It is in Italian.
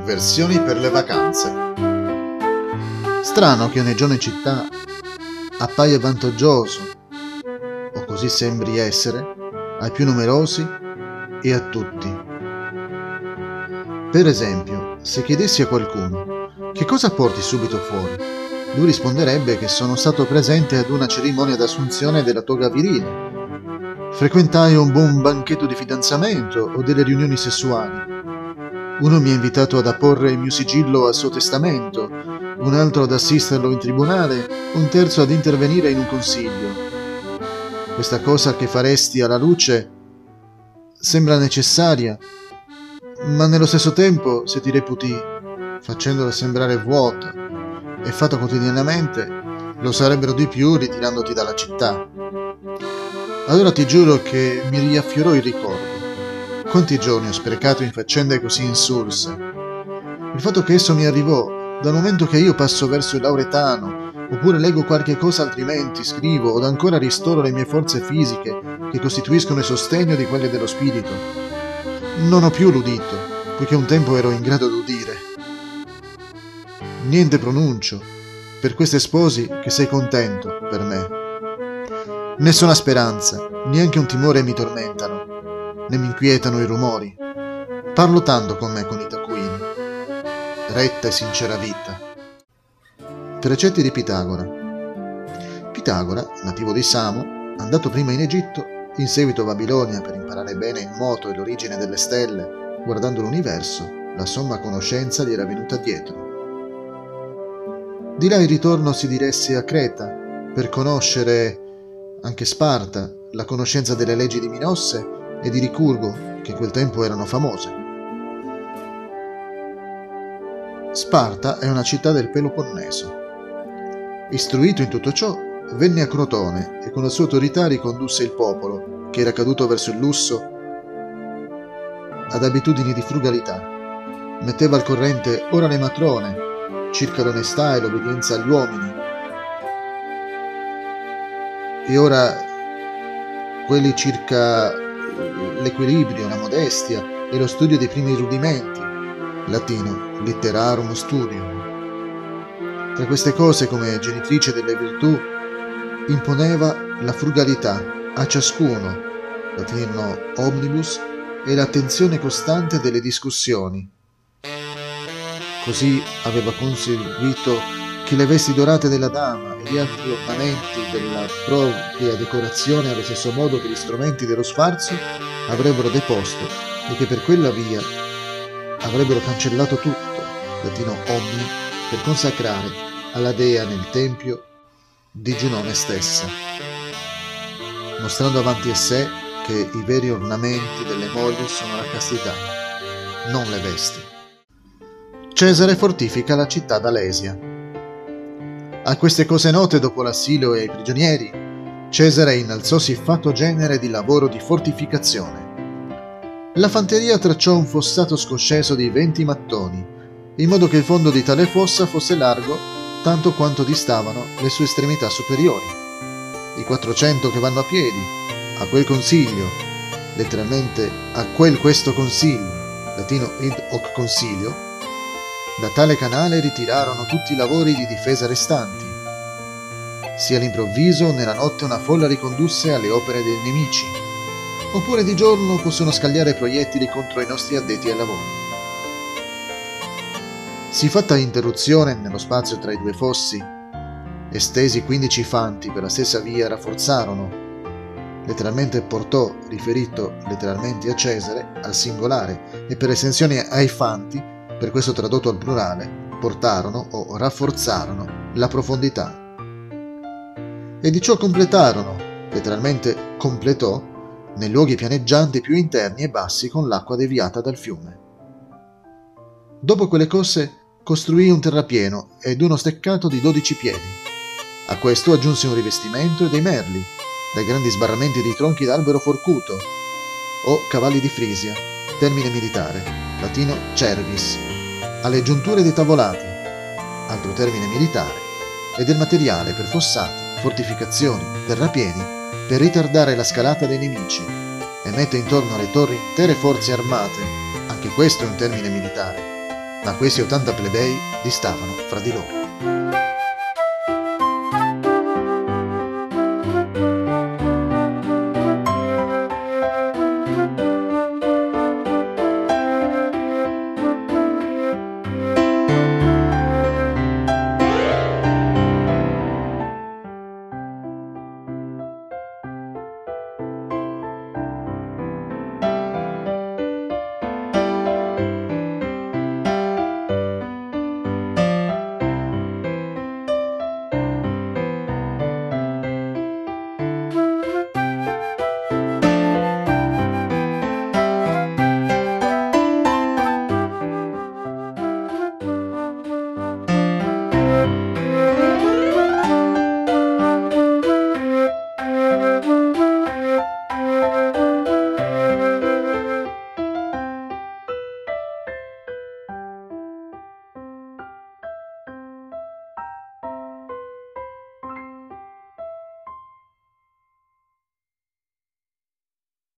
versioni per le vacanze. Strano che una giornata in città appaia vantaggioso, o così sembri essere, ai più numerosi e a tutti. Per esempio, se chiedessi a qualcuno che cosa porti subito fuori, lui risponderebbe che sono stato presente ad una cerimonia d'assunzione della toga virile, frequentai un buon banchetto di fidanzamento o delle riunioni sessuali. Uno mi ha invitato ad apporre il mio sigillo al suo testamento, un altro ad assisterlo in tribunale, un terzo ad intervenire in un consiglio. Questa cosa che faresti alla luce sembra necessaria, ma nello stesso tempo, se ti reputi facendola sembrare vuota e fatta quotidianamente, lo sarebbero di più ritirandoti dalla città. Allora ti giuro che mi riaffiorò il ricordo. Quanti giorni ho sprecato in faccende così insulse. Il fatto che esso mi arrivò dal momento che io passo verso il lauretano, oppure leggo qualche cosa altrimenti, scrivo, o ancora ristoro le mie forze fisiche che costituiscono il sostegno di quelle dello spirito. Non ho più l'udito, poiché un tempo ero in grado d'udire. Niente pronuncio per queste sposi che sei contento per me. Nessuna speranza, neanche un timore mi tormentano, né mi inquietano i rumori. Parlo tanto con me con i taccuini. Retta e sincera vita. Precetti di Pitagora. Pitagora, nativo di Samo, andato prima in Egitto, in seguito a Babilonia per imparare bene il moto e l'origine delle stelle, guardando l'universo, la somma conoscenza gli era venuta dietro. Di là in ritorno si diresse a Creta per conoscere anche Sparta, la conoscenza delle leggi di Minosse e di Ricurgo, che in quel tempo erano famose. Sparta è una città del Peloponneso. Istruito in tutto ciò, venne a Crotone e con la sua autorità ricondusse il popolo, che era caduto verso il lusso, ad abitudini di frugalità. Metteva al corrente ora le matrone circa l'onestà e l'obbedienza agli uomini, e ora quelli circa l'equilibrio, la modestia e lo studio dei primi rudimenti, latino litterarum studium. Tra queste cose, come genitrice delle virtù, imponeva la frugalità a ciascuno, latino omnibus, e l'attenzione costante delle discussioni. Così aveva conseguito che le vesti dorate della dama e gli altri ornamenti della propria decorazione, allo stesso modo che gli strumenti dello sfarzo, avrebbero deposto e che per quella via avrebbero cancellato tutto, latino omni, per consacrare alla dea nel tempio di Giunone stessa, mostrando avanti a sé che i veri ornamenti delle mogli sono la castità, non le vesti. Cesare fortifica la città d'Alesia. A queste cose note, dopo l'asilo e i prigionieri, Cesare innalzò siffatto genere di lavoro di fortificazione. La fanteria tracciò un fossato scosceso di 20 mattoni, in modo che il fondo di tale fossa fosse largo tanto quanto distavano le sue estremità superiori. I 400 che vanno a piedi, a quel consiglio, letteralmente a questo consiglio, latino id hoc consilio, da tale canale ritirarono tutti i lavori di difesa restanti. Sia all'improvviso nella notte una folla ricondusse alle opere dei nemici, oppure di giorno possono scagliare proiettili contro i nostri addetti ai lavori. Siffatta interruzione nello spazio tra i due fossi, estesi 15 fanti per la stessa via, rafforzarono, letteralmente portò, riferito letteralmente a Cesare, al singolare, e per estensione ai fanti, per questo tradotto al plurale, portarono o rafforzarono la profondità. E di ciò completarono, letteralmente completò, nei luoghi pianeggianti più interni e bassi con l'acqua deviata dal fiume. Dopo quelle cose costruì un terrapieno ed uno steccato di 12 piedi. A questo aggiunse un rivestimento e dei merli, dai grandi sbarramenti di tronchi d'albero forcuto, o cavalli di Frisia, termine militare, latino cervis, alle giunture dei tavolati, altro termine militare, e del materiale per fossati, fortificazioni, terrapieni, per ritardare la scalata dei nemici, e mette intorno alle torri intere forze armate, anche questo è un termine militare, ma questi 80 plebei distavano fra di loro.